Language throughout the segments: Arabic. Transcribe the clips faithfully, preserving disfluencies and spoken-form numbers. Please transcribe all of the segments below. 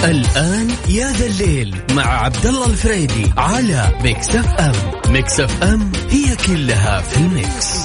الآن يا ذا الليل مع عبد الله الفريدي على ميكس اف ام. ميكس اف ام هي كلها في الميكس.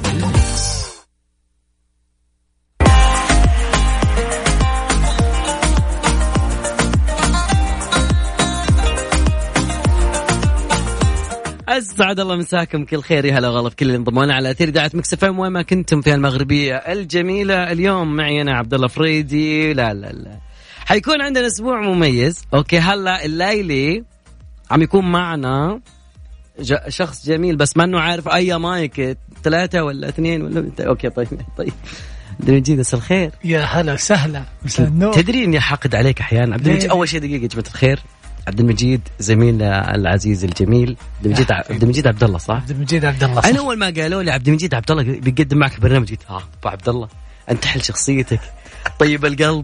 أسعد الله مساكم كل خير، يا هلا وغلا في كل اللي انضمونا على أثير إذاعة ميكس اف ام وين ما كنتم في المغربية الجميلة. اليوم معي أنا عبد الله فريدي. لا لا لا حيكون عندنا أسبوع مميز. أوكي هلا الليلي عم يكون معنا شخص جميل بس ما إنه عارف أي مايك، ثلاثة ولا اثنين ولا أوكي طيب طيب عبد المجيد مساء الخير. يا هلا وسهلا. تدري إني حاقد عليك أحيانا عبد المجيد. أول شيء دقيقة يا جماعة الخير، عبد المجيد زميل العزيز الجميل عبد المجيد عبد المجيد عبد الله صح؟ عبد المجيد عبد الله. انا اول ما قالوا لي عبد المجيد عبد الله بيقدم معك برنامج قلت ها ابو عبد الله انت حل شخصيتك طيب القلب.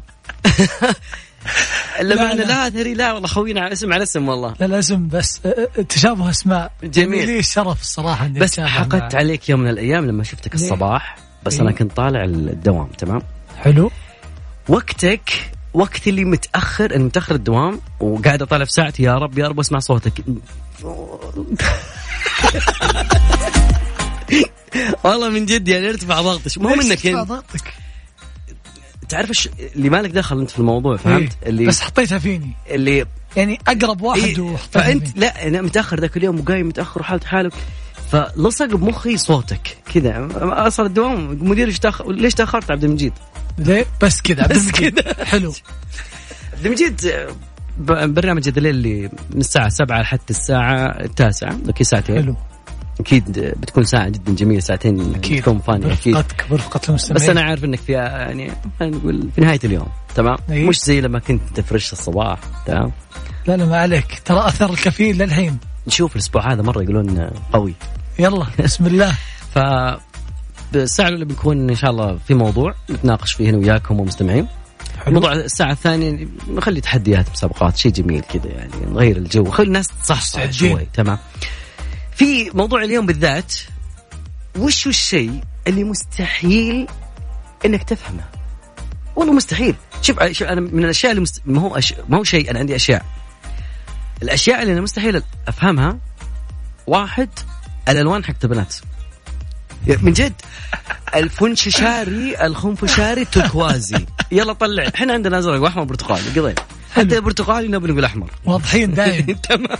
لا معنى لا ثري لا والله خوينا على اسم على اسم والله. لا الاسم بس تشابه اسماء جميل. لي الشرف الصراحه اني بس حقدت عليك يوم من الايام لما شفتك الصباح بس انا كنت طالع الدوام. تمام حلو. وقتك وقت اللي متأخر أنا متأخر الدوام وقاعد أطالع في ساعتي يا رب يا رب أسمع صوتك. والله من جد يعني ارتفع ضغطك. مو منك يعني ضغطك تعرف إيش اللي مالك دخل أنت في الموضوع فهمت إيه؟ اللي بس حطيتها فيني اللي يعني أقرب واحد إيه؟ وحطيتها فأنت فيني. لا أنا متأخر ذاك اليوم وقايم متأخر وحالت حالك فلصق بمخي صوتك كذا. أصل الدوام مدير إيش تأخر ليش تأخرت عبد المجيد ليه بس كذا عبد المجيد حلو. عبد المجيد برنامج هذا اللي من الساعة سبعة لحتى الساعة التاسعة أوكي ساعتين حلو. أكيد بتكون ساعة جدا جميلة ساعتين أكيد تكون فاني أكيد برفقتك برفقة المستمعين. بس أنا عارف إنك في يعني نقول في نهاية اليوم تمام أيه؟ مش زي لما كنت تفرش الصباح تمام. لا لا ما عليك ترى أثر الكفيل للحين. نشوف الأسبوع هذا مرة يقولون قوي. يلا بسم الله. ف بالساعة اللي بنكون إن شاء الله في موضوع نتناقش فيه أنا وياكم ومستمعين. موضوع الساعة الثانية نخلي تحديات مسابقات شيء جميل كده يعني نغير الجو خلي الناس تصحصح شوي. تمام. في موضوع اليوم بالذات وش الشيء اللي مستحيل انك تفهمه؟ والله مستحيل. شوف انا من الاشياء اللي مست... ما هو أش... ما هو شيء انا عندي اشياء الاشياء اللي انا مستحيل افهمها. واحد الالوان حق البنات من جد الفنششاري الخنفشاري التركوازي يلا طلع احنا عندنا ازرق واحمر برتقالي قضينا حتى البرتقالي نبي نقول احمر واضحين دايم. تمام.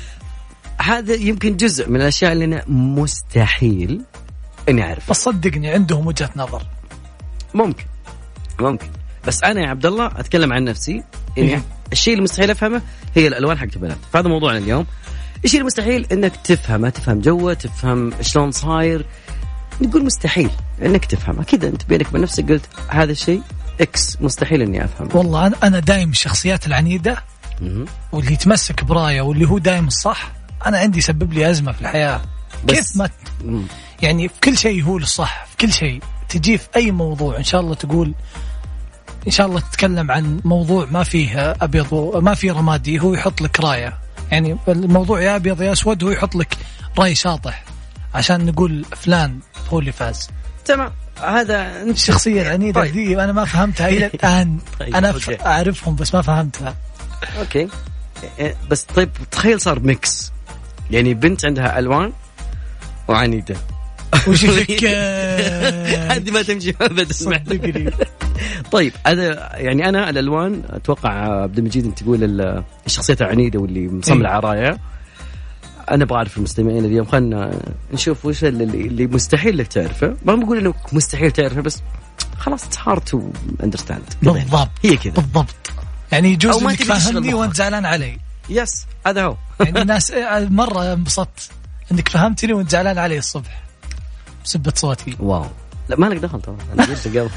هذا يمكن جزء من الاشياء اللي انا مستحيل اني اعرف. بس صدقني عندهم وجهة نظر. ممكن ممكن بس انا يا عبد الله اتكلم عن نفسي اني إيه؟ الشيء اللي مستحيل افهمه هي الالوان حق البنات. فهذا موضوعنا اليوم. الشيء المستحيل انك تفهمه تفهم جوه تفهم شلون صاير. نقول مستحيل انك تفهمه كذا انت بينك وبين نفسك قلت هذا الشيء اكس مستحيل اني افهمه. والله انا انا دايم الشخصيات العنيده واللي يتمسك برايه واللي هو دايم الصح انا عندي يسبب لي ازمه في الحياه. كيف ما يعني في كل شيء هو الصح في كل شيء تجي في اي موضوع ان شاء الله تقول ان شاء الله تتكلم عن موضوع ما فيه ابيض وما فيه رمادي هو يحط لك رايه. يعني الموضوع يا ابيض يا اسود هو يحط لك راي شاطح عشان نقول فلان هو اللي فاز. تمام. هذا الشخصية العنيدة طيب. دي أنا ما فهمتها إلى الآن. طيب. أنا أعرفهم بس ما فهمتها. أوكي بس طيب تخيل صار ميكس يعني بنت عندها ألوان وعنيدة وش فيك هذه ما تمشي أبدا. طيب هذا يعني أنا الألوان أتوقع عبد المجيد أنت تقول الشخصية العنيدة واللي مصملة عرايا. أنا بعرف المستمعين اليوم خلنا نشوف وش اللي, اللي مستحيل لك تعرفه. ما بقول إنه مستحيل تعرفه بس خلاص it's hard to understand. بالضبط هي كذا بالضبط. يعني يجوز إنك فهمني وأنت زعلان علي. يس هذا هو. يعني الناس مرة انبسطت إنك فهمتني وأنت زعلان علي الصبح بسبة صوتي. واو لا ما لك دخل طبعا أنا قلت قبل.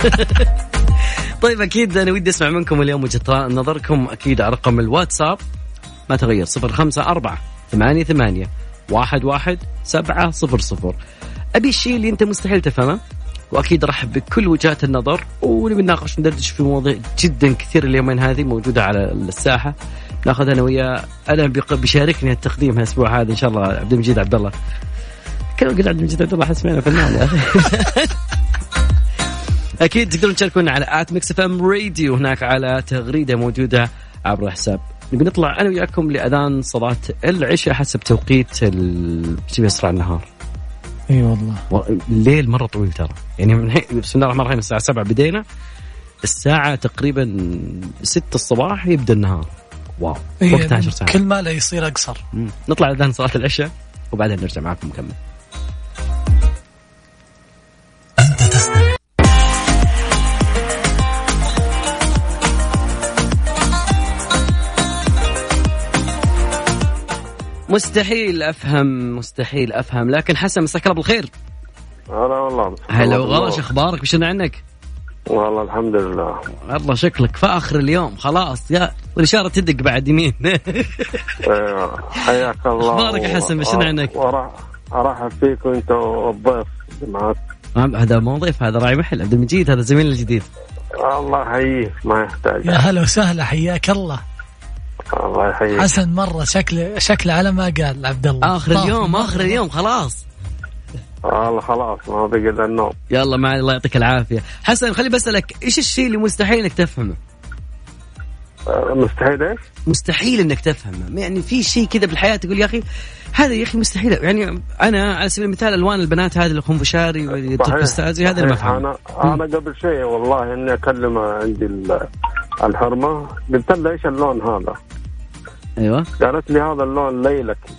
طيب أكيد أنا ودي أسمع منكم اليوم وجهة نظركم أكيد على رقم الواتساب ما تغير صفر خمسة أربعة ثمانية ثمانية واحد واحد سبعة صفر صفر. أبي الشيء اللي أنت مستحيل تفهمه وأكيد رحب بكل وجهات النظر ونبي نناقش ندردش في مواضيع جدا كثير اليومين هذه موجودة على الساحة ناخذ أنا ويا. أنا بيشاركني التقديم هالأسبوع هذا إن شاء الله عبد المجيد عبد الله. كلام قلت عبد المجيد عبد الله حسمعنا فنان يا أخي. أكيد تقدرون تشاركونا على آت ميكس اف ام راديو، هناك على تغريدة موجودة عبر الحساب. نبي نطلع أنا وياكم لأذان صلاة العشاء حسب توقيت شبه أسرع النهار. اي أيوة والله الليل مرة طويل ترى، يعني من بسم الله الرحمن الرحيم الساعة سبعة بدينا، الساعة تقريبا ستة الصباح يبدأ النهار. واو إيه وقت عشر ساعات، كل ما لا يصير أقصر. مم. نطلع لأذان صلاة العشاء وبعدين نرجع معكم نكمل. أنت تستمع مستحيل أفهم مستحيل أفهم لكن حسن مساك الله بالخير. هلا والله. هلا وغلا، شو أخبارك؟ بشنا عنك؟ والله الحمد لله. والله شكلك فاخر اليوم خلاص يا والإشارة تدق بعد يمين. ايوه حياك الله. أخبارك يا حسن؟ بشنا عنك؟ أرحب فيك وأنت والضيف معك. هذا مو ضيف، هذا راعي محل عبد المجيد، هذا زميل الجديد. الله يحييك، ما يحتاج. يا هلا وسهلا، حياك الله. الله يحييك حسن. مرة شكله شكله على ما قال عبد الله. آخر اليوم آخر اليوم خلاص. والله خلاص ما بقي إلا النوم. يلا مع الله يعطيك العافية. حسن خلي بسألك، إيش الشيء اللي مستحيل إنك تفهمه؟ مستحيل إيش؟ مستحيل إنك تفهمه، يعني في شيء كذا بالحياة تقول يا أخي هذا يا أخي مستحيل. يعني أنا على سبيل المثال ألوان البنات هذه الخنفشاري والتركستازي هذا اللي ما أفهمه. أنا أنا قبل شيء والله إني أكلم عندي الحرمة، قلت له إيش اللون هذا؟ أيوة قالت لي هذا اللون ليلكي.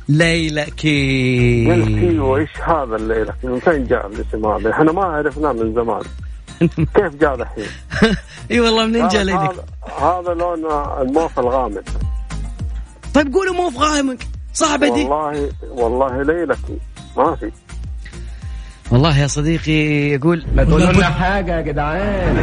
ليلكي قلت وإيش هذا الليلكي؟ من فين جاء الاسم هذا؟ إحنا ما عرفناه من زمان. كيف جاء الحين؟ اي والله منين جاء ليلك؟ هذا لون الموف الغامق. طيب قولوا موف غامق صعبة دي. والله والله ليلكي ما في. والله يا صديقي يقول قولوا لنا حاجة يا جدعان،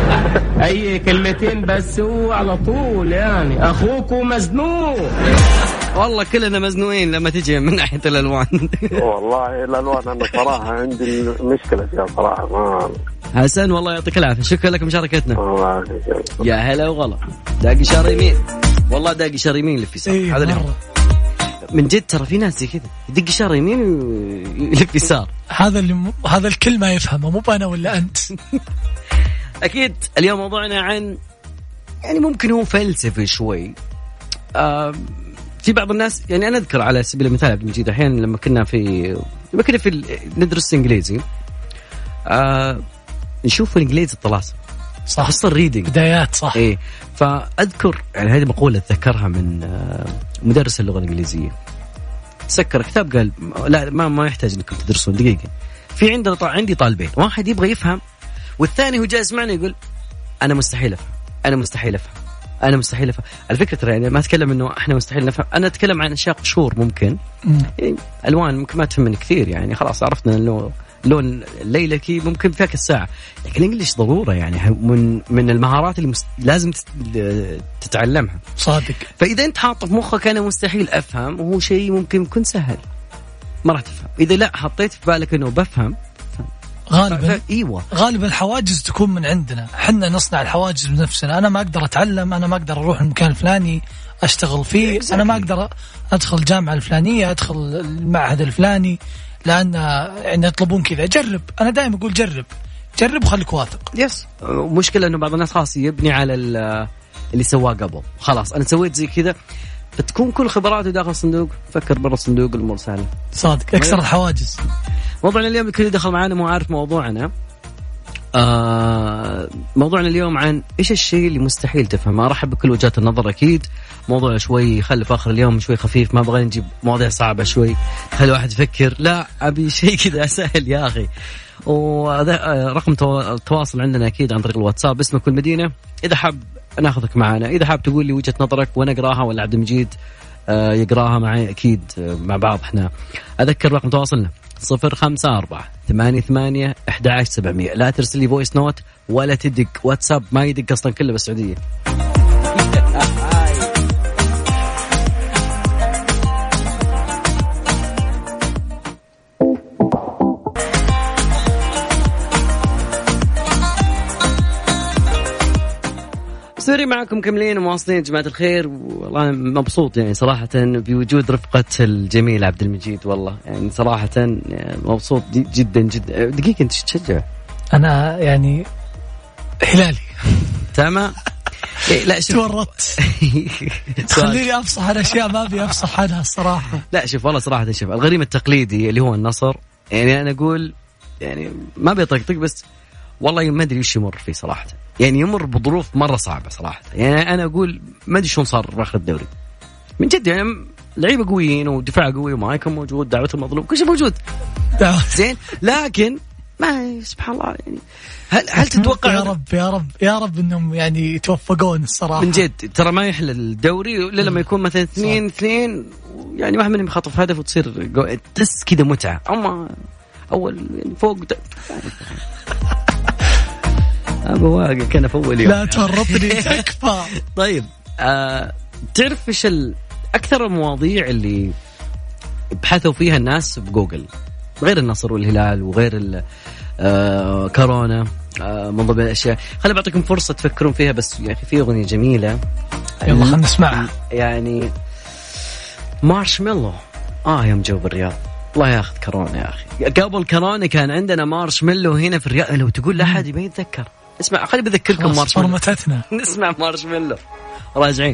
أي كلمتين بس على طول، يعني أخوكم مزنوق. والله كلنا مزنوقين لما تجي من ناحية الألوان. والله الألوان أنا صراحة عندي مشكلة فيها صراحة. ما حسن والله يعطيك العافية، شكرا لك مشاركتنا. الله يا هلا وغلا. داقي شار يمين، والله داقي شار يمين اللي في يسار. هذا اللي من جد ترى في ناس زي كذا يدق شار يمين ويلف يسار. هذا اللي م... هذا الكل ما يفهمه، مو أنا ولا أنت. أكيد اليوم موضوعنا عن يعني ممكن هو فلسفي شوي. آه في بعض الناس يعني أنا أذكر على سبيل المثال عبد المجيد أحيانا لما كنا في لما كنا في ندرس إنجليزي آه نشوف الإنجليزي الطلاسم صح، خصوصا الريدينج بدايات صح. إيه فأذكر يعني هذه مقولة أتذكرها من آه مدرس اللغة الإنجليزية، سكر كتاب قال لا ما ما يحتاج انكم تدرسون دقيقه. في عندنا طا... عندي طالبين، واحد يبغى يفهم والثاني هو جالس معنا يقول انا مستحيل افهم انا مستحيل افهم انا مستحيل افهم. على فكره ترى يعني ما اتكلم انه احنا مستحيل نفهم، انا اتكلم عن اشياء قشور ممكن يعني الوان ممكن ما تفهمني كثير، يعني خلاص عرفنا انه لون الليلكي ممكن فيك الساعه، لكن الانجليش ضروره يعني من من المهارات اللي مست... لازم تتعلمها. صادق. فاذا انت حاط في مخك انا مستحيل افهم وهو شيء ممكن يكون سهل ما راح تفهم. اذا لا حطيت في بالك انه بفهم غالبا ايوه غالبا الحواجز تكون من عندنا، حنا نصنع الحواجز بنفسنا. انا ما اقدر اتعلم، انا ما اقدر اروح المكان الفلاني اشتغل فيه، انا ما اقدر ادخل الجامعه الفلانيه، ادخل المعهد الفلاني، لان يعني يطلبون كذا. جرب، انا دائما اقول جرب جرب وخليك واثق. يس مشكله انه بعض الناس خاص يبني على اللي سواه قبل، خلاص انا سويت زي كذا، فتكون كل خبراته داخل الصندوق، فكر برا الصندوق الامور سهله. صادق، اكسر الحواجز. موضوعنا اليوم الكل يدخل معنا مو عارف موضوعنا. آه موضوعنا اليوم عن ايش الشيء اللي مستحيل تفهمه. ارحب بكل وجهات النظر اكيد. موضوع شوي خلف اخر اليوم شوي خفيف، ما بغينا نجيب مواضيع صعبه شوي خلي واحد يفكر، لا ابي شيء كذا سهل يا اخي. ورقم التواصل عندنا اكيد عن طريق الواتساب اسمك والمدينه، اذا حاب ناخذك معنا، اذا حاب تقول لي وجهه نظرك وانا اقراها ولا عبد المجيد يقراها معي اكيد مع بعض. احنا اذكر رقم تواصلنا صفر خمسة أربعة ثمانية ثمانية أحد عشر سبعمية. لا ترسل لي فويس نوت ولا تدق واتساب، ما يدق اصلا كله بالسعوديه. سوري معكم كملين ومواصلين جماعة الخير، والله مبسوط يعني صراحة بوجود رفقة الجميل عبد المجيد، والله يعني صراحة مبسوط جدا جدا. دقيقة انت تشجع أنا يعني هلالي. تمام. إيه لا شوف تورطت. خليني أفصح عن أشياء ما أبي أفصح عنها الصراحة. لا شوف والله صراحة شوف الغريم التقليدي اللي هو النصر، يعني أنا أقول يعني ما بيطقطق بس والله ما أدري وش يمر فيه صراحة، يعني يمر بظروف مرة صعبة صراحة. يعني أنا أقول ما أدري شلون صار باخذ الدوري من جد، يعني لعيبة قويين ودفاع قوي ومايكل موجود، دعوة المظلوم كل شيء موجود زين، لكن ما سبحان الله يعني هل هل تتوقع يا رب يا رب يا رب انهم يعني يتوفقون الصراحه من جد؟ ترى ما يحل الدوري الا لما يكون مثلا اثنين اثنين يعني واحد منهم يخطف هدف وتصير تحس كذا متعه. اما اول فوق ابو واقع كان في اول يوم لا تورطني تكفى. طيب آه تعرف ايش اكثر المواضيع اللي بحثوا فيها الناس بجوجل غير النصر والهلال وغير آه كورونا آه من ضمن الاشياء؟ خليني بعطيكم فرصه تفكرون فيها، بس يا اخي في اغنيه جميله يلا خلينا نسمعها. يعني مارشميلو اه يوم جو بالرياض الله ياخذ كورونا يا اخي. قبل كورونا كان عندنا مارشميلو هنا في الرياض، لو تقول لاحد يبي يتذكر اسمع. خليني بذكركم مارشميلو نسمع مارشميلو راجعين.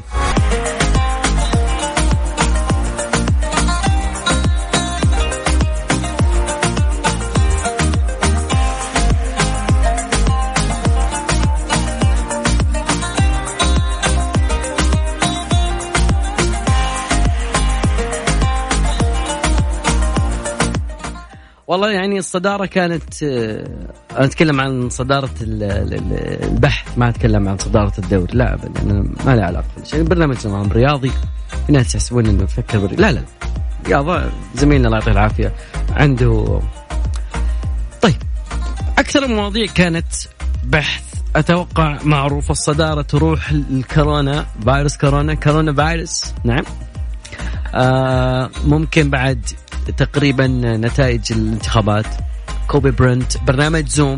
والله يعني الصدارة كانت، أنا أتكلم عن صدارة البحث ما أتكلم عن صدارة الدوري، لا أبدا أنا ما له علاقة بالشيء. برنامج نظام رياضي في ناس يحسبون إنه يفكر بري. لا لا رياضة زميلنا الله يعطيه العافية عنده. طيب أكثر المواضيع كانت بحث أتوقع معروف الصدارة تروح الكورونا فيروس كورونا كورونا فيروس نعم. آه ممكن بعد تقريبا نتائج الانتخابات، كوبي برنت، برنامج زوم.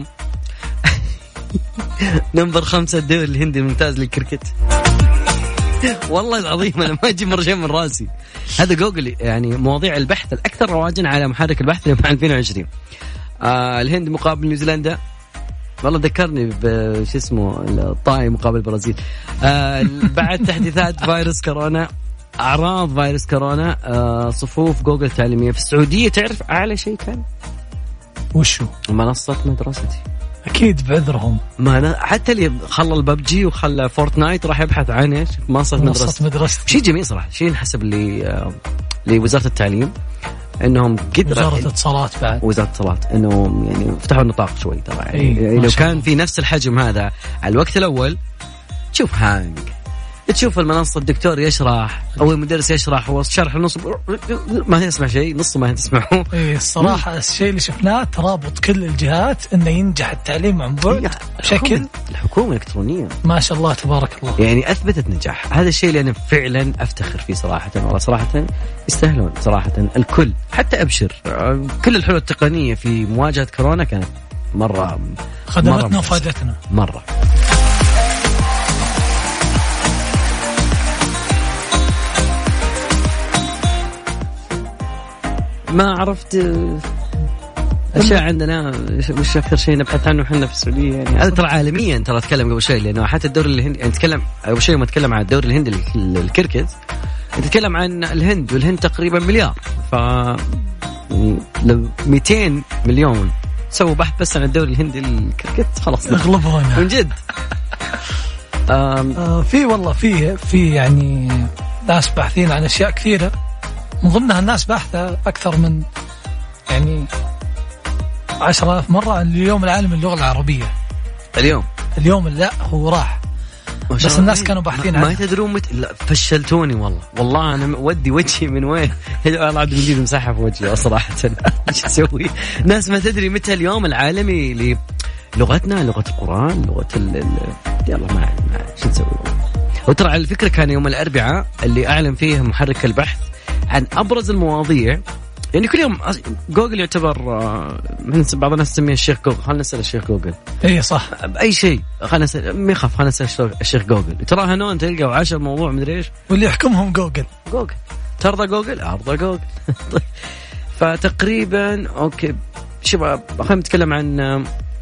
نمبر خمسة الدوري الهندي الممتاز للكركت. والله العظيم أنا ما أجيب مرة من راسي. هذا جوجل يعني مواضيع البحث الأكثر رواجا على محرك البحث لمع ألفين وعشرين. آه الهند مقابل نيوزيلندا، والله ذكرني بش اسمه الطائي مقابل البرازيل. آه بعد تحديثات فيروس كورونا، أعراض فيروس كورونا، آه صفوف جوجل تعليمية في السعودية. تعرف أعلى شيء كان وشو؟ منصة مدرستي. أكيد بعذرهم. ما حتى اللي خلى الببجي وخلى فورتنايت راح يبحث عن إيش منصة مدرستي. مدرستي شيء جميل صراحة، شيء حسب لي آه لوزارة التعليم إنهم قدروا. وزارة الاتصالات بعد. وزارة الاتصالات إنه يعني فتحوا النطاق شوي ترى يعني, إيه يعني لو كان في نفس الحجم هذا على الوقت الأول تشوف هانج تشوف المنصة الدكتور يشرح أو المدرس يشرح وشرح النص ما يسمع شيء، نص ما تسمعه. إيه الصراحة الشيء اللي شفناه ترابط كل الجهات إنه ينجح التعليم عن بعد بشكل. الحكومة الإلكترونية ما شاء الله تبارك الله يعني أثبتت نجاح. هذا الشيء اللي أنا فعلا أفتخر فيه صراحة. والله صراحة يستاهلون صراحة الكل. حتى أبشر كل الحلول التقنية في مواجهة كورونا كانت مرة خدمتنا وفادتنا مرة. ما عرفت أشياء عندنا وش أكثر شيء نبحث عنه إحنا في السعودية يعني. هذا ترى عالميا ترى أتكلم قبل شيء، لأنه حتى الدوري الهندي يعني نتكلم قبل شيء ما أتكلم عن الدوري الهندي الكركت نتكلم عن الهند، والهند تقريبا مليار، ف يعني لو مئتين مليون سووا بحث بس عن الدوري الهندي الكركت خلاص اغلبونا من جد. آه في والله في في يعني ناس باحثين عن أشياء كثيرة، من ضمنها الناس باحثة أكثر من يعني عشرة آلاف مرة عن اليوم العالمي للغة العربية. اليوم اليوم لا هو راح بس الناس كانوا باحثين عنه. ما تدرون مت... فشلتوني والله والله أنا ودي وجهي من وين. الله عبد المجيد مسحها في وجهي صراحة. إيش أسوي؟ ناس ما تدري متى اليوم العالمي للغتنا، لغة القرآن، لغة ال... يلا ما ما شو نسوي. وترى على الفكرة كان يوم الأربعاء اللي أعلن فيه محرك البحث عن أبرز المواضيع. يعني كل يوم جوجل يعتبر من بعض الناس تسميه الشيخ جوجل. خلنا نسأل الشيخ جوجل. إيه صح. بأي شيء خلنا نسأل ما يخاف خلنا نسأل الشيخ جوجل. ترى هنون تلقى وعشر موضوع مدري إيش واللي يحكمهم جوجل. جوجل ترضى جوجل أرضى جوجل. فتقريبا أوكي شباب خلينا نتكلم عن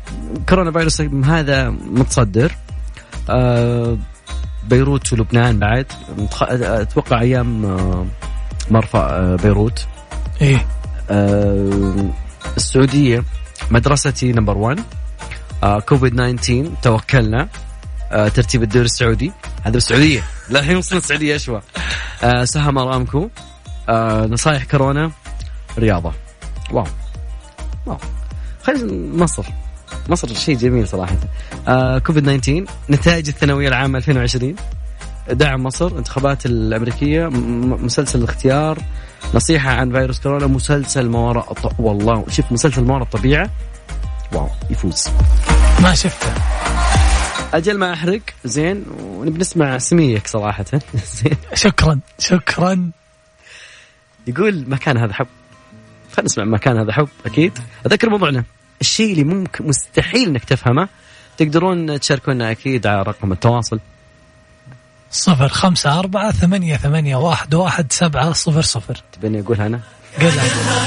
كورونا فيروس هذا متصدر. آه بيروت ولبنان بعد أتوقع أيام آه مرفأ آه بيروت. إيه. آه السعودية مدرستي نمبر وان. آه كوفيد تسعة عشر توكلنا. آه ترتيب الدوري السعودي هذا السعودية، لا الحين وصلنا السعودية أشوى. آه سهم أرامكو. آه نصايح كورونا رياضة. واو واو خلينا مصر مصر شيء جميل صراحة. آه كوفيد تسعة عشر نتائج الثانوية العامة ألفين وعشرين. دعم مصر انتخابات الأمريكية. مسلسل الاختيار. نصيحة عن فيروس كورونا. مسلسل ما وراء الط... والله شوف مسلسل ما وراء الطبيعة واو يفوز. ما شفته أجل ما أحرق زين ونبي نسمع سميك صراحة. زين شكرا شكرا. يقول مكان هذا حب. خلينا نسمع مكان هذا حب. أكيد أذكر موضوعنا الشيء اللي ممكن مستحيل إنك تفهمه. تقدرون تشاركونا أكيد على رقم التواصل صفر خمسة أربعة ثمانية ثمانية واحد واحد سبعة صفر صفر. تبيني أقولها أنا؟ قلها.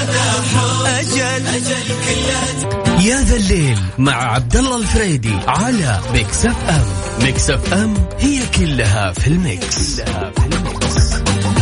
يا ذا الليل مع عبد الله الفريدي على ميكس اف ام. ميكس اف ام هي كلها في الميكس. كلها في الميكس.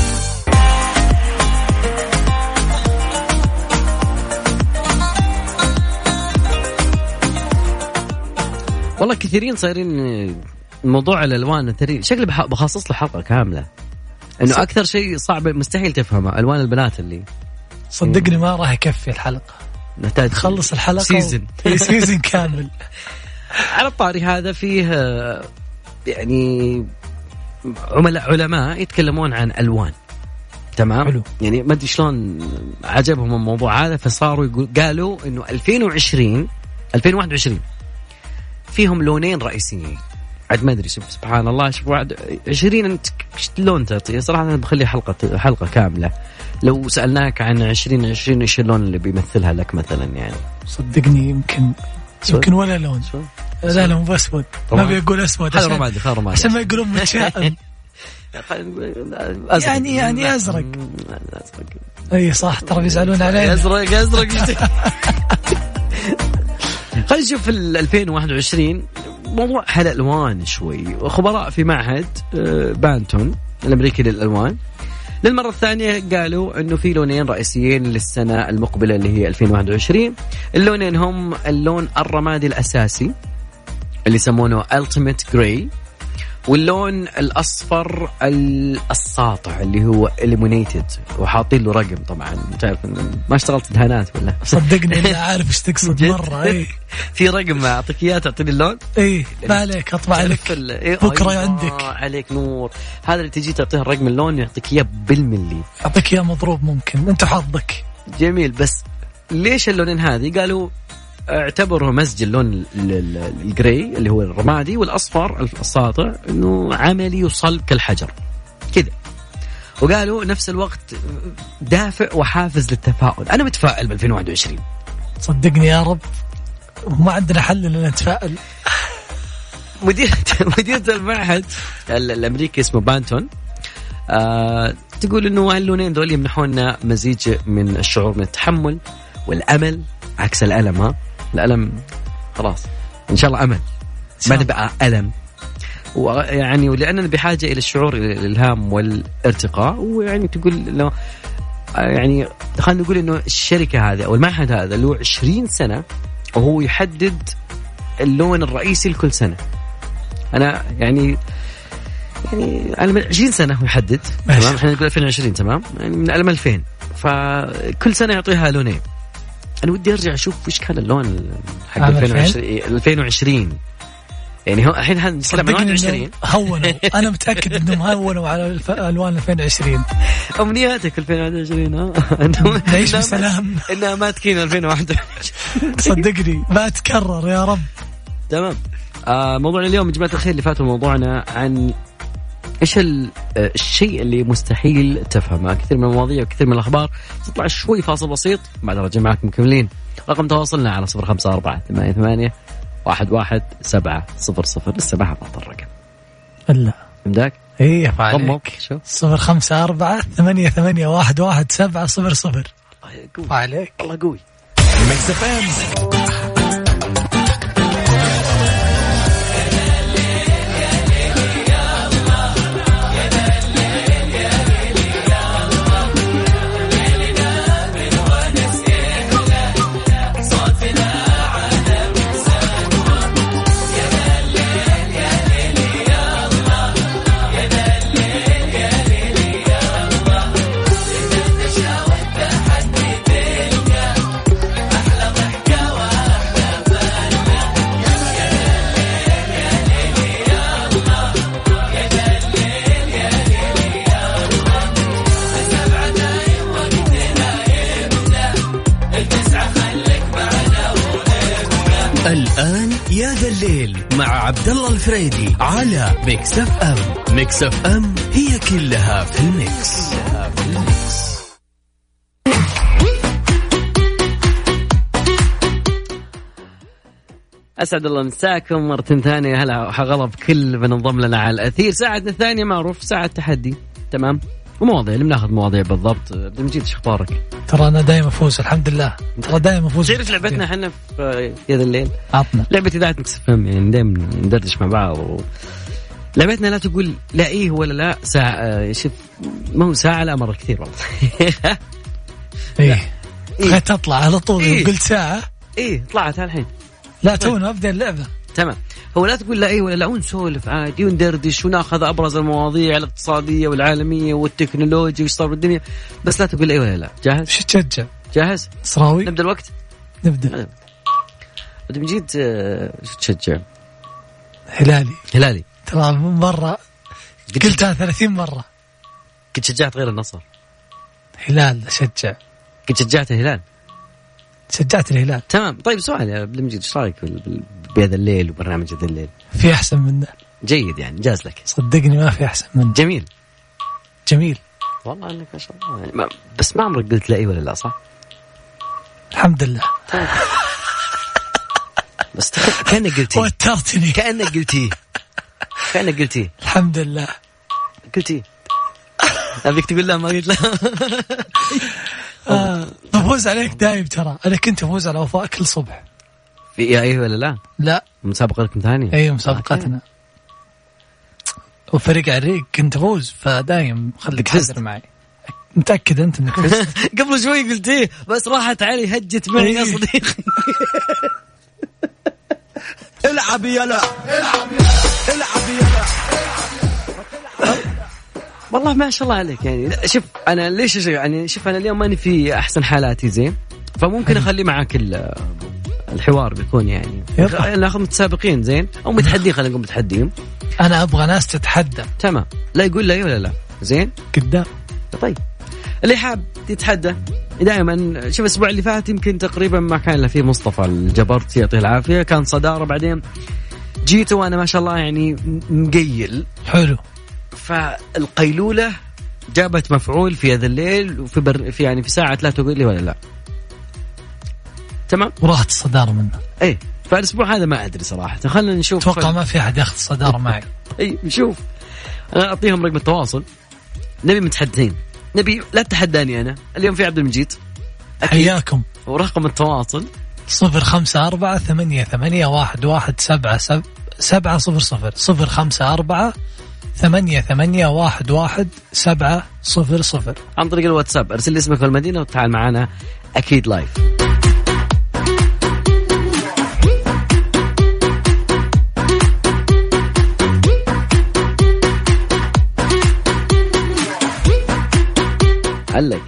والله كثيرين صايرين موضوع الألوان التري شكل بخصص له حلقة كاملة إنه أكثر شيء صعب مستحيل تفهمه ألوان البنات اللي صدقني ما راح يكفي الحلقة. نحتاج تخلص الحلقة سيزن و... سيزن كامل. على الطاري هذا فيه يعني عملاء علماء يتكلمون عن ألوان. تمام حلو. يعني ما أدري شلون عجبهم الموضوع هذا فصاروا يقول قالوا إنه ألفين وعشرين ألفين وواحد وعشرين فيهم لونين رئيسيين. عاد ما أدري سبحان الله شوف واحد عشرين أنت لون تعطي صراحة أنا بخلي حلقة حلقة كاملة لو سألناك عن عشرين عشرين إيش اللون اللي بيمثلها لك مثلا يعني. صدقني يمكن يمكن ولا لون شو؟ لا لون أسود ما بيقول أسود هذا رمادي خير رمادي عشان ما يقولون متشائم. يعني يعني أزرق أي صح ترى بيزعلون عليه أزرق أزرق. خلينا نشوف ألفين وواحد وعشرين موضوع حل ألوان شوي. خبراء في معهد بانتون الأمريكي للألوان للمرة الثانية قالوا أنه في لونين رئيسيين للسنة المقبلة اللي هي ألفين وواحد وعشرين. اللونين هم اللون الرمادي الأساسي اللي يسمونه Ultimate Grey واللون الأصفر الساطع اللي هو Illuminated وحاطين له رقم. طبعا تعرف ما اشتغلت دهانات ولا صدقني أنا عارف إيش تقصد مرة. إيه في رقم أعطيك إياه تعطيني اللون. إيه ما عليك أطبع عليك بكرة أيوة عندك عليك نور. هذا اللي تجي تعطيه الرقم اللون يعطيك إياه بالملي. أعطيك إياه مضروب ممكن أنت حظك جميل. بس ليش اللونين هذه قالوا اعتبروا مزج اللون الجراي اللي هو الرمادي والأصفر الساطع إنه عملي وصلب كالحجر كذا. وقالوا نفس الوقت دافع وحافز للتفاؤل. أنا متفائل بألفين وواحد وعشرين صدقني يا رب ما عندنا حل إلا نتفائل. مديرة مديرة المعهد الأمريكي اسمه بانتون آه تقول إنه اللونين دول يمنحونا مزيج من الشعور من التحمل والأمل عكس الألم. ها الألم خلاص إن شاء الله أمل ما نبقى ألم. ويعني ولأننا بحاجة إلى الشعور الإلهام والارتقاء. ويعني تقول لو يعني خلينا نقول إنه الشركة هذه أو المعهد هذا له عشرين سنة وهو يحدد اللون الرئيسي لكل سنة. أنا يعني يعني على عشرين سنة يحدد تمام. إحنا نقول ألفين وعشرين تمام يعني من ألم ألفين فكل سنة يعطيها لونين. أنا ودي أرجع أشوف وش كان اللون حق ألفين وعشرين يعني هو الحين هنسلم من واحد وعشرين هونوا. أنا متأكد إنهم هونوا على ألوان ألفين وعشرين. أمنياتك ألفين وواحد وعشرين ها نعيش بسلام إنها ما تكين ألفين وواحد وعشرين. صدقني ما تكرر يا رب. تمام. آه موضوعنا اليوم جماعة الخير اللي فاتوا موضوعنا عن إيش الشيء اللي مستحيل تفهمه. كثير من المواضيع وكثير من الأخبار تطلع شوي فاصل بسيط بعد رجع معكم مكملين. رقم تواصلنا على صفر خمسة أربعة ثمانية ثمانية واحد واحد سبعة صفر صفر. لسه ما حفظت الرقم إلا مداك إيه فعليك صفر خمسة أربعة ثمانية ثمانية واحد واحد سبعة صفر صفر. الله قوي عليك الله قوي. يا ذا الليل مع عبد الله الفريدي على ميكس اف ام. ميكس اف ام هي كلها في الميكس, كلها في الميكس. أسعد الله مساكم مرة ثانية. هلا حغلب كل من انضم لنا على الأثير. ساعتنا الثانية معروف ساعة تحدي تمام ومواضيع اللي بناخذ مواضيع بالضبط. بنجيد ايش اخبارك؟ ترى انا دائما افوز الحمد لله. ترى دائما افوز. تعرف لعبتنا احنا في يا ذا الليل عطنا لعبة إذاعة ميكس اف ام يعني دائما ندردش مع بعض و... لعبتنا لا تقول لا ايه ولا لا ساعة. شوف ما هو ساعة لا مرة كثير والله. ايه إيه؟ تطلع على طول إيه؟ قلت ساعة ايه طلعت الحين. لا تونا ابدا اللعبة تمام. هو لا تقول لا ايه ولا لا ونسولف عادي وندردش وناخذ ابرز المواضيع الاقتصاديه والعالميه والتكنولوجيا وش صار بالدنيا بس لا تقول ايه ولا لا. جاهز؟ شو تشجع؟ جاهز؟ صراوي نبدا الوقت؟ نبدا. بدي مجيد شو تشجع؟ هلالي. هلالي ترى مرة قلتها ثلاثين مرة. كنت شجعت غير النصر. هلال أشجع. كنت شجعت الهلال. شجعت الهلال. تمام. طيب سؤال يا بدي مجيد ايش رايك بهذا الليل وبرنامج هذا الليل؟ في أحسن منه. جيد يعني جاز لك. صدقني ما في أحسن منه. جميل. جميل. والله انك ما شاء الله يعني ما بس ما عمرك قلت لا اي ولا لا صح؟ الحمد لله. طيب. بس كأنك قلتي. وترتني. كأنك قلتي. كأنك قلتي. الحمد لله. قلتي. أبيك تقول لا ما قلت لا. آه. بفوز عليك دايم ترى. أنا كنت أفوز على وفاء كل صبح. في يا إيه ولا لا؟ لا. مسابقتكم ثانية. أيوة مسابقتنا. وفريق عريق كنت أفوز فدايم خليك تحذر معي. متأكد أنت إنك فزت؟ قبل شوي قلت إيه بس راحت علي هجت معي يا صديقي. العب يلا العب يلا العب يلا. والله ما شاء الله عليك يعني. شوف أنا ليش يعني شوف أنا اليوم ماني في أحسن حالاتي زين فممكن أخلي معاك الحوار بيكون يعني ناخذ متسابقين زين أو متحدين. خلينا نقول متحدين. أنا أبغى ناس تتحدى. تمام. لا يقول لا ولا لا زين قدام. طيب اللي حاب يتحدى دائما. شوف الأسبوع اللي فات يمكن تقريبا ما كان إلا فيه مصطفى الجبرت يعطيه العافية كان صدارة بعدين جيت وأنا ما شاء الله يعني مقيل حلو. فالقيلولة جابت مفعول في هذا الليل وفي بر في يعني في ساعة لا تقول لي ولا لا. تمام. وراحت الصدارة منه. ايه فالأسبوع هذا ما أدري صراحة. خلنا نشوف. توقع ما في أحد ياخذ الصدارة معي. اي نشوف. أنا أعطيهم رقم التواصل. نبي متحدثين. نبي لا تحداني أنا اليوم في عبد المجيد. حياكم. ورقم التواصل صفر خمسة أربعة ثمانية ثمانية واحد واحد سبعة سب سبعة صفر صفر صفر خمسة أربعة ثمانية ثمانية واحد واحد سبعة صفر صفر. عن طريق الواتساب أرسل لي اسمك والمدينة وتعال معنا أكيد لايف. علق.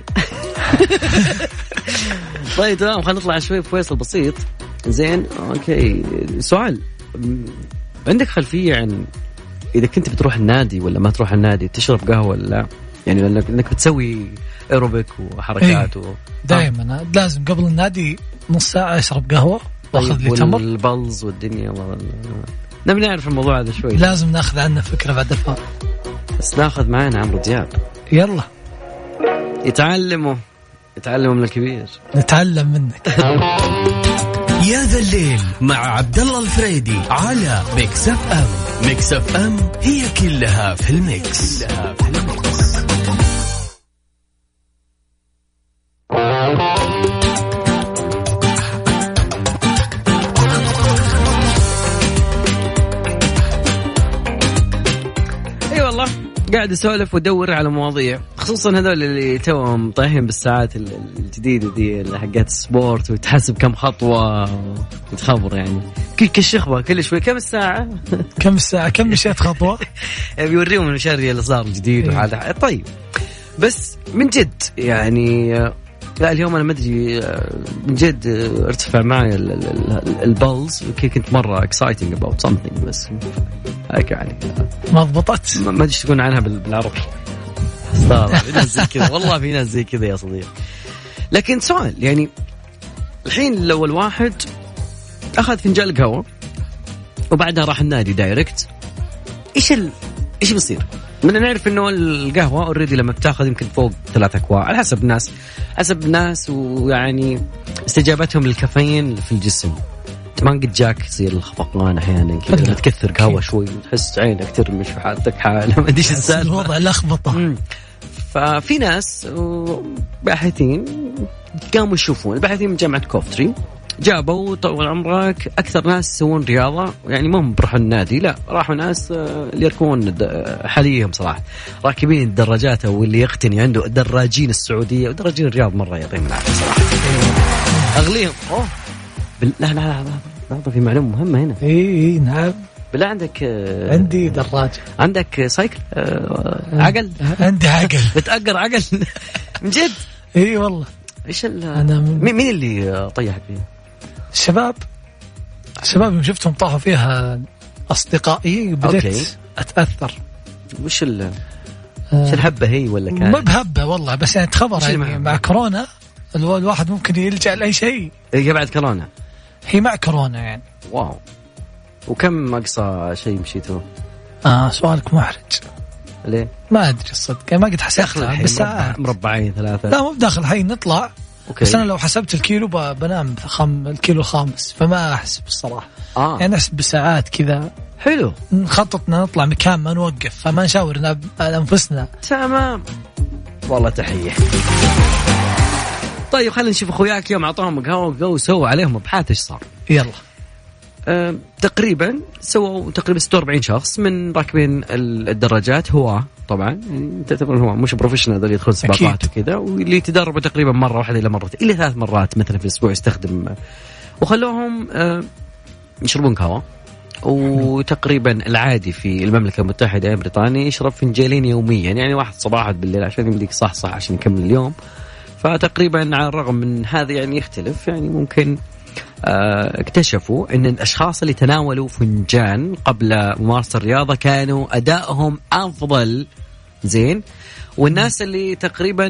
طيب تمام خلينا نطلع شوي بفيصل بسيط زين. اوكي سؤال عندك خلفية عن إذا كنت بتروح النادي ولا ما تروح النادي تشرب قهوة ولا لا يعني لأنك بتسوي ايروبيك وحركات و... دائما لازم قبل النادي نص ساعة أشرب قهوة واخذ لي تمر والبلز والدنيا و... نبي نعرف الموضوع هذا شوي. لازم ناخذ عنه فكرة بعد الفار. بس ناخذ معنا عمرو دياب. يلا يتعلموا يتعلموا من الكبير. نتعلم منك. يا ذا الليل مع عبد الله الفريدي على ميكس اف ام. ميكس اف ام هي كلها في الميكس, كلها في الميكس. اي والله قاعد اسولف وادور على مواضيع خصوصا هذول اللي توهم طايحين بالساعات الجديده دي حقات السبورت وتحسب كم خطوه وتخبر يعني كل شخبه كل شوي كم الساعه كم الساعه كم مشيت خطوه بيوريهم المشاريع اللي صار الجديد وهذا. طيب بس من جد يعني لا اليوم انا ما ادري من جد ارتفع معي البلز كنت مره اكسايتنج اباوت سمثينج بس هيك يعني ما ضبطت ما ادري تقول عنها بالعربي. صار في ناس زي كذا والله في ناس زي كذا يا صديقي. لكن سؤال يعني الحين لو الواحد اخذ فنجان قهوه وبعدها راح النادي دايركت. ايش ال... ايش بيصير؟ بدنا نعرف انه القهوه اوريدي لما بتاخذ يمكن فوق ثلاثة اكواب على حسب الناس، حسب الناس ويعني استجابتهم للكافيين في الجسم. ما قد جاك يصير الخفقان احيانا كذا لما تكثر قهوه شوي تحس عينك ترمش في حالتك حاله ما ادريش السالفه، الوضع لخبطه. ففي ناس باحثين قاموا يشوفون، الباحثين من جامعه كوفتري جابوا طول عمرك أكثر ناس يسوون رياضة، يعني مو بروحوا النادي لا، راحوا ناس اللي يركبون حاليهم صراحة راكبين الدراجات، أو اللي يقتني عنده دراجين السعودية ودراجين الرياض مرة يعطيهم العافية صراحة أغليهم. أوه بل... لا لا لا لا في معلومة مهمة هنا. إيه نعم بالله عندك عندي دراجة، عندك سايكل عقل؟ عندي عقل بتأجر عقل من جد؟ إيه والله. إيش أنا من... مين اللي طيحك فيه؟ الشباب الشباب يوم شفتهم طاحوا فيها أصدقائي بديت أوكي. أتأثر. وش ال آه. الهبة هي ولا كان؟ ما بهبة والله، بس يعني تخبر يعني مع كورونا الواحد ممكن يلجأ لأي شيء. هي بعد كورونا؟ هي مع كورونا يعني. واو. وكم أقصى شيء مشيته؟ آه سؤالك محرج. ليه؟ ما أدري الصدق ما قد حسبتها بس مربع مربعين ثلاثة. لا مو بداخل الحين نطلع. أوكي. بس أنا لو حسبت الكيلو بنام خم الكيلو الخامس فما أحسب الصراحة. آه. يعني أحسب بساعات كذا. حلو. نخططنا نطلع مكان ما نوقف فما نشاور أنفسنا. تمام. والله تحية. طيب خلينا نشوف أخوياك يوم عطاهم قهوة قهوة سووا عليهم أبحاث إيش صار. يلا. أه تقريبا سووا تقريبا ستة وأربعين شخص من راكبين الدراجات، هو طبعا تعتبر هو مش بروفيشنال اللي يدخل سباقات وكذا، واللي يتدربوا تقريبا مرة واحدة إلى مرتين إلى ثلاث مرات مثلا في الأسبوع يستخدم، وخلوهم أه يشربون قهوة. وتقريبا العادي في المملكة المتحدة بريطانيا يشرب فنجانين يوميا، يعني واحد صباحا بالليل عشان يمديك صح صح عشان يكمل اليوم. فتقريبا على الرغم من هذا يعني يختلف، يعني ممكن اكتشفوا أن الأشخاص اللي تناولوا فنجان قبل ممارسة الرياضة كانوا أدائهم أفضل زين، والناس اللي تقريبا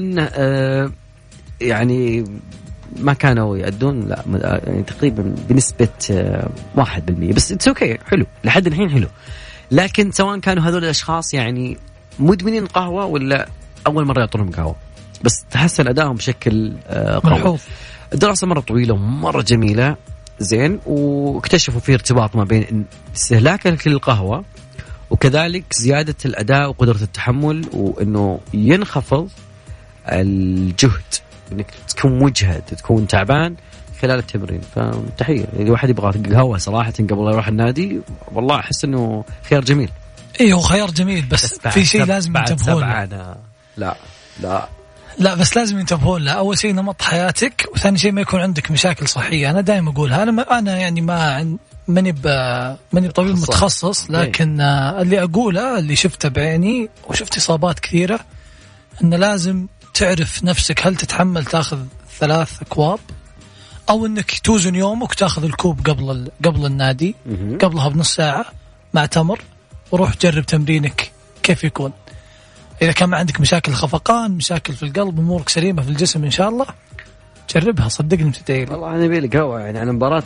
يعني ما كانوا يأدون لا يعني تقريبا بنسبة واحد بالمية بس اتس اوكي حلو لحد الحين حلو. لكن سواء كانوا هذول الأشخاص يعني مدمنين قهوة ولا أول مرة يعطونهم قهوة بس تحسن أدائهم بشكل قوي. الدراسة مرة طويلة ومرة جميلة زين، واكتشفوا في ارتباط ما بين استهلاكك للقهوة وكذلك زيادة الأداء وقدرة التحمل، وإنه ينخفض الجهد، إنك تكون مجهد تكون تعبان خلال التمرين. فتحية إذا واحد يبغى قهوة صراحة قبل لا يروح النادي والله أحس إنه خيار جميل. إيه هو خيار جميل بس, بس في شيء لازم ينتبهون له. لا لا لا بس لازم ينتبهون له. أول شيء نمط حياتك، وثاني شيء ما يكون عندك مشاكل صحية. أنا دائما أقولها، أنا ما أنا يعني ما ماني ماني طبيب متخصص، لكن اللي أقوله اللي شفته بعيني وشفت إصابات كثيرة إن لازم تعرف نفسك هل تتحمل تأخذ ثلاث أكواب أو إنك توزن يومك تأخذ الكوب قبل قبل النادي قبلها بنص ساعة مع تمر، وروح جرب تمرينك كيف يكون. إذا كان ما عندك مشاكل خفقان مشاكل في القلب أمورك سليمة في الجسم إن شاء الله جربها صدقني متتعيل. والله أنا بيلي قهوة يعني على مباراة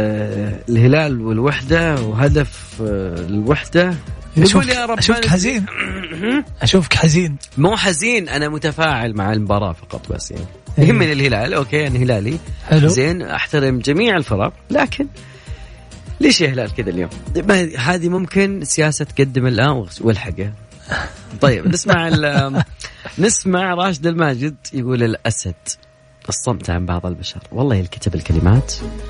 الهلال والوحدة وهدف الوحدة يقول يا رب. أشوفك حزين أشوفك حزين. مو حزين، أنا متفاعل مع المباراة فقط بس يعني يهمني الهلال. أوكي أنا هلالي حلو. زين أحترم جميع الفرق، لكن ليش يا هلال كذا اليوم؟ هذه ممكن سياسة تقدم الآن والحقه. طيب نسمع نسمع راشد الماجد يقول الأسد الصمت عن بعض البشر. والله الكتب الكلمات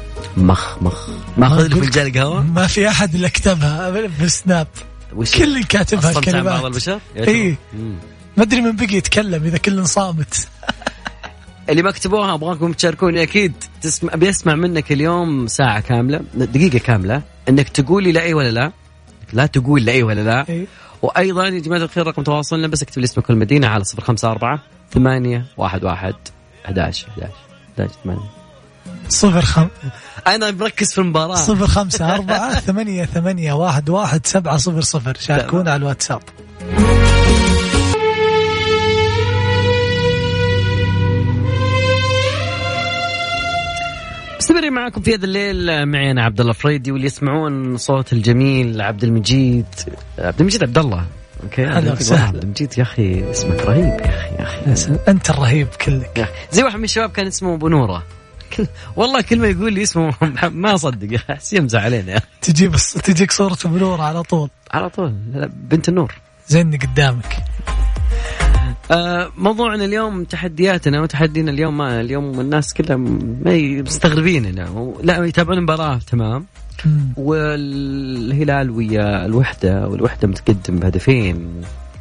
مخ مخ ما أخذ لي فنجان قهوة، ما في أحد اللي كتبها بالسناب، كل اللي كاتبها الكلمات الصمت عن بعض البشر. إيه ما أدري من بقي يتكلم إذا كل صامت. اللي ما كتبوها أبغاكم تشاركوني أكيد. تسمع بيسمع منك اليوم ساعة كاملة دقيقة كاملة إنك تقولي لا أي ولا لا، لا تقول لا أي ولا لا. إيه؟ وأيضا يا جماعة الخير رقم تواصلنا بس اكتب لي اسمك والمدينة على صفر خمسة أربعة ثمانية واحد واحد أحداش أحداش أحداش ثمانية صفر خم أنا بركز في المباراة. صفر خمسة أربعة ثمانية ثمانية واحد واحد سبعة صفر صفر. شاركونا على الواتساب. استمري معكم في هذا الليل معي أنا عبد الله فريدي، واللي يسمعون صوت الجميل عبد المجيد عبد المجيد عبد الله. اوكي عبد المجيد يا اخي اسمك رهيب يا اخي يا اخي انت الرهيب كلك يا اخي. زي واحد من الشباب كان اسمه ابو نوره والله كل ما يقول لي اسمه ما اصدق يا اخي، يمزح علينا يا اخي. تجي بس تجيك صورة ابو نوره على طول على طول. بنت النور زيني قدامك. آه موضوعنا اليوم تحدياتنا وتحدينا اليوم. ما اليوم الناس كلها ما مستغربيننا، لا يتابعون المباراة تمام، والهلال ويا الوحدة والوحدة متقدم بهدفين.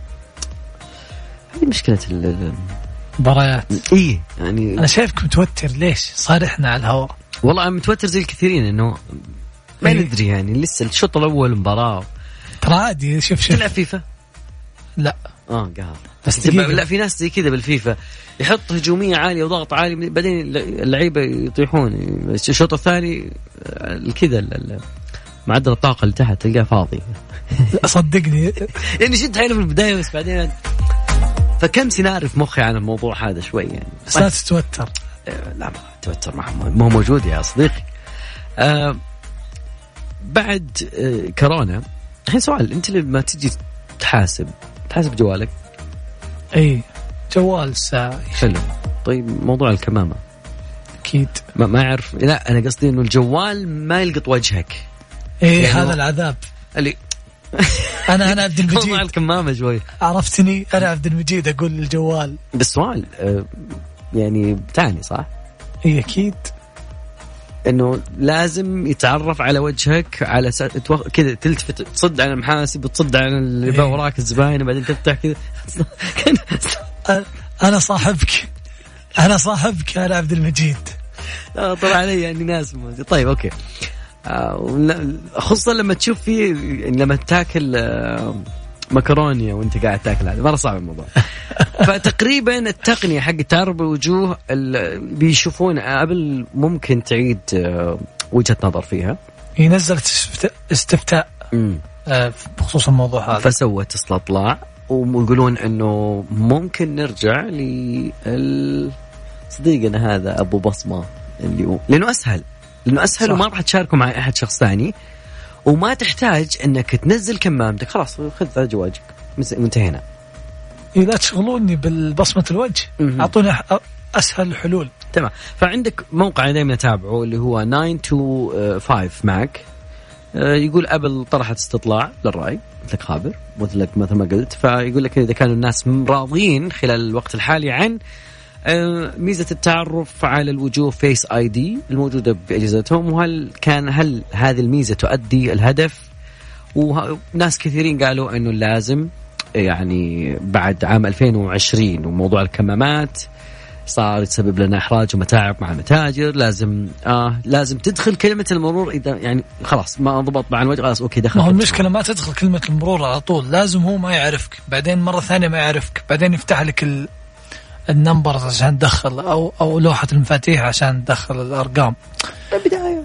هذه مشكلة المباريات. إيه يعني أنا شايفك متوتر، ليش صارحنا على الهواء؟ والله أنا متوتر زي الكثيرين، إنه ما إيه؟ ندري يعني لسه الشوط الأول مباراة. ترى عادي. شوف شوف تلعب فيفا؟ لا اه قاعد بس لا، في ناس زي كذا بالفيفا يحط هجومية عالية وضغط عالي، بعدين اللعيبة يطيحون. الشوط الثاني كذا معدل الطاقة اللي تحت تلقاه فاضي. لا صدقني يعني جد حيله في البداية بس بعدين فكم سيناريو في مخي عن الموضوع هذا شوي يعني. بس لا تتوتر. لا ما تتوتر، ما هو موجود يا صديقي. آه بعد آه كورونا الحين سؤال، انت لما تجي تحاسب تحاسب جوالك؟ اي جوال ساعة. حلو. طيب موضوع الكمامة اكيد ما ما اعرف. لا انا قصدي انه الجوال ما يلقط وجهك. ايه يعني هذا العذاب اللي انا انا عبد المجيد. موضوع الكمامة شوي عرفتني، انا عبد المجيد اقول الجوال. بس سؤال آه يعني بتعني صح؟ اي اكيد انه لازم يتعرف على وجهك، على س... توخ... كذا تلتفت تصد على المحاسب وتصد على اللي إيه؟ وراك الزباين، وبعدين تفتح كذا. انا صاحبك انا صاحبك انا عبد المجيد. لا طلع علي يعني ناس. طيب اوكي. خصوصا لما تشوف فيه لما تاكل مكرونية وانت قاعد تاكل، هذا مرة صعب الموضوع. فتقريبا التقنية حق تعرب الوجوه بيشوفون قبل، ممكن تعيد وجهة نظر فيها. هي نزلت استفتاء بخصوص الموضوع هذا، فسوت استطلاع ويقولون انه ممكن نرجع لصديقنا هذا ابو بصمة، اللي لانه اسهل لانه اسهل صح. وما راح تشاركه مع احد شخص ثاني، وما تحتاج انك تنزل كمامتك، خلاص خذ ذا جواجك وانتهينا. إذا تشغلوني بالبصمة الوجه أعطوني أسهل حلول. تمام. فعندك موقع دائما أتابعه اللي هو تسعة تو خمسة ماك، يقول أبل طرحت استطلاع للرأي مثلك خابر مثلك مثل ما قلت، فيقول لك إذا كانوا الناس راضين خلال الوقت الحالي عن ميزة التعرف على الوجوه فيس آي دي الموجودة بأجهزتهم، وهل كان هل هذه الميزة تؤدي الهدف. وناس كثيرين قالوا إنه لازم يعني بعد عام ألفين وعشرين وموضوع الكمامات صار يسبب لنا إحراج ومتاعب مع المتاجر، لازم آه لازم تدخل كلمة المرور إذا يعني خلاص ما ضبط مع الوجه خلاص أوكي دخل. ما هو المشكلة ما تدخل كلمة المرور على طول، لازم هو ما يعرفك، بعدين مرة ثانية ما يعرفك، بعدين يفتح لك ال النمبر عشان تدخل أو أو لوحة المفاتيح عشان تدخل الأرقام. البداية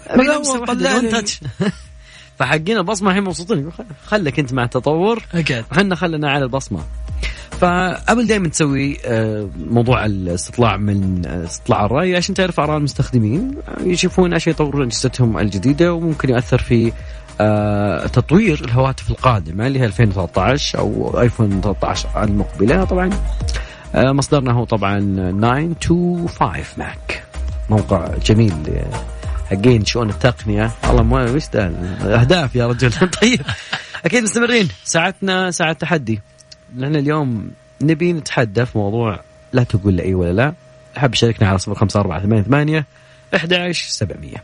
فحقين البصمة الحين مبسوطين، خلك أنت مع التطور وحنا خلنا على البصمة. فأبل دائما تسوي موضوع الاستطلاع من استطلاع الرأي عشان تعرف آراء المستخدمين، يشوفون أشياء يطورون أجهزتهم الجديدة وممكن يؤثر في تطوير الهواتف القادمة اللي هي ألفين وثلاثة عشر أو آيفون ثلاثة عشر المقبلة. طبعا مصدرنا هو طبعا تسعة تو خمسة ماك، موقع جميل حقين شؤون التقنية. الله ما وش ده أهداف يا رجل. طيب أكيد مستمرين، ساعتنا ساعة تحدي. نحن اليوم نبي نتحدى في موضوع لا تقول لي أي ولا لا. أحب شاركنا على صفر خمسة أربعة ثمانية ثمانية أحد عشر سبعمية.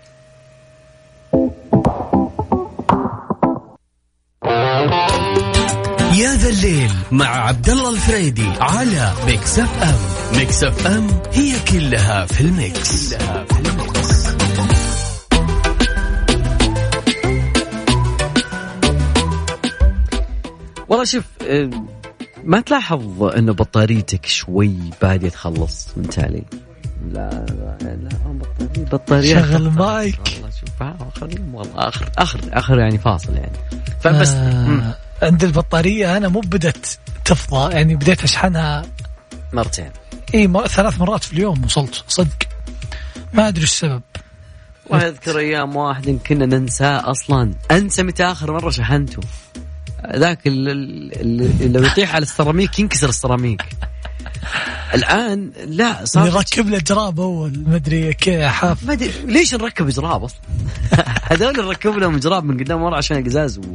يا ذا الليل مع عبد الله الفريدي على ميكس اف ام. ميكس اف ام هي كلها في الميكس, كلها في الميكس. والله شوف ما تلاحظ انه بطاريتك شوي بادية تخلص من تالي؟ لا لا لا بطارية بطارية شغل مايك والله. شوف اخر والله اخر اخر اخر يعني فاصل يعني. فبس آه عند البطارية انا مو بدت تفضى يعني، بديت اشحنها مرتين اي م... ثلاث مرات في اليوم وصلت صدق، ما ادري السبب. وأذكر أيام واحد كنا ننساه أصلا، أنسى متى آخر مرة شحنته. ذاك اللي لو يطيح على السيراميك ينكسر السيراميك. الآن لا صار نركب له جراب أول ما أدري كيف حاف. ما أدري ليش نركب جراب أصلا. هذول نركب لهم جراب من قدام ورا عشان القزاز و...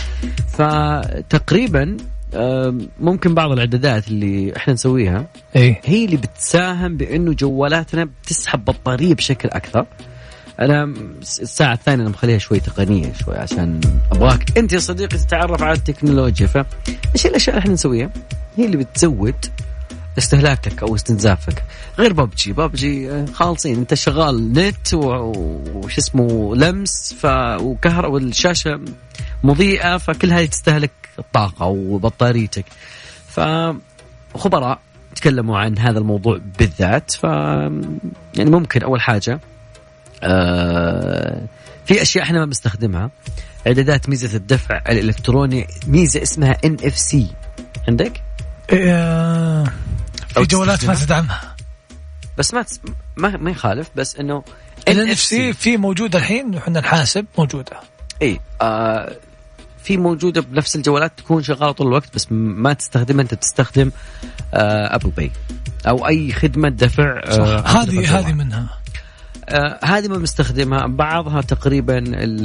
فتقريبا ممكن بعض الإعدادات اللي إحنا نسويها إيه؟ هي اللي بتساهم بأنه جوالاتنا بتسحب بطارية بشكل أكثر. أنا الساعة الثانية أنا مخليها شوي تقنية شوي عشان أبغاك أنت يا صديقي تتعرف على التكنولوجيا. فإيش الأشياء اللي إحنا نسويها هي اللي بتزود استهلاكك أو استنزافك. غير بابجي بابجي خالصين، أنت شغال نت وش اسمه لمس ف وكهرباء والشاشة مضيئة، فكل هاي تستهلك الطاقة وبطاريتك. فخبراء تكلموا عن هذا الموضوع بالذات. ف يعني ممكن أول حاجة آه في أشياء إحنا ما بنستخدمها، إعدادات ميزة الدفع الإلكتروني، ميزة اسمها إن إف سي عندك؟ إيه في جوالات ما تدعمها، بس ما تس... ما ما يخالف، بس إنه إن إف سي في موجودة الحين وحنا نحاسب موجودة. إيه آه في موجودة بنفس الجوالات تكون شغالة طول الوقت، بس ما تستخدمها أنت، بتستخدم آه أبل باي أو أي خدمة دفع. آه هذه هذه منها آه هذه ما بنستخدمها. بعضها تقريبا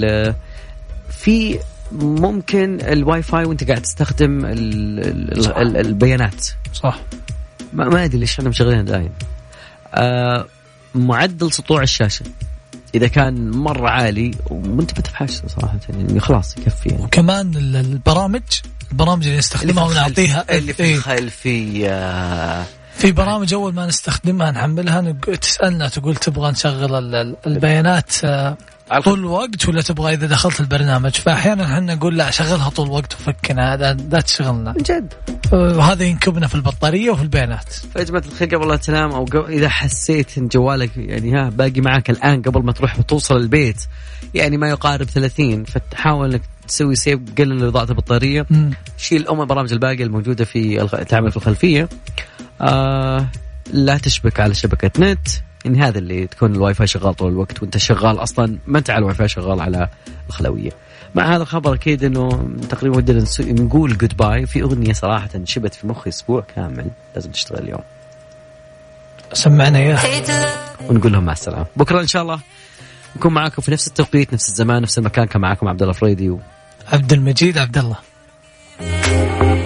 في ممكن الواي فاي وانت قاعد تستخدم ال ال ال البيانات صح. ما, ما أدري ليش أنا مشغلين دائما. آه معدل سطوع الشاشة إذا كان مرة عالي وانت بتفحش صراحة يعني خلاص يكفي يعني. وكمان البرامج البرامج اللي نستخدمها ونعطيها اللي في الخلفية. في برامج أول ما نستخدمها نحملها تسألنا تقول تبغى نشغل البيانات طول الوقت ولا تبغى إذا دخلت البرنامج. فأحيانا احنا نقول لا شغلها طول الوقت وفكنا، هذا لا تشغلنا جد. وهذا ينكبنا في البطارية وفي البيانات. فأجمة الخير قبل لا تنام أو قبل إذا حسيت إن جوالك يعني ها باقي معك الآن قبل ما تروح وتوصل البيت يعني ما يقارب ثلاثين، فتحاول إنك تسوي سيف قلل إضاءة البطارية. م. شيل أم البرامج الباقية الموجودة في الغ... تعمل في الخلفية. آه لا تشبك على شبكة نت، إن هذا اللي تكون الواي فاي شغال طول الوقت وانت شغال أصلا ما انت على الواي فاي شغال على الخلوية. مع هذا الخبر أكيد إنه تقريبا ودنا نقول جود باي. في أغنية صراحة شبت في مخي أسبوع كامل لازم تشتغل اليوم، سمعنا إياها ونقول لهم مع السلامة. بكرة إن شاء الله نكون معاكم في نفس التوقيت نفس الزمان نفس المكان. كان معاكم عبد الله فريدي وعبد المجيد عبد الله.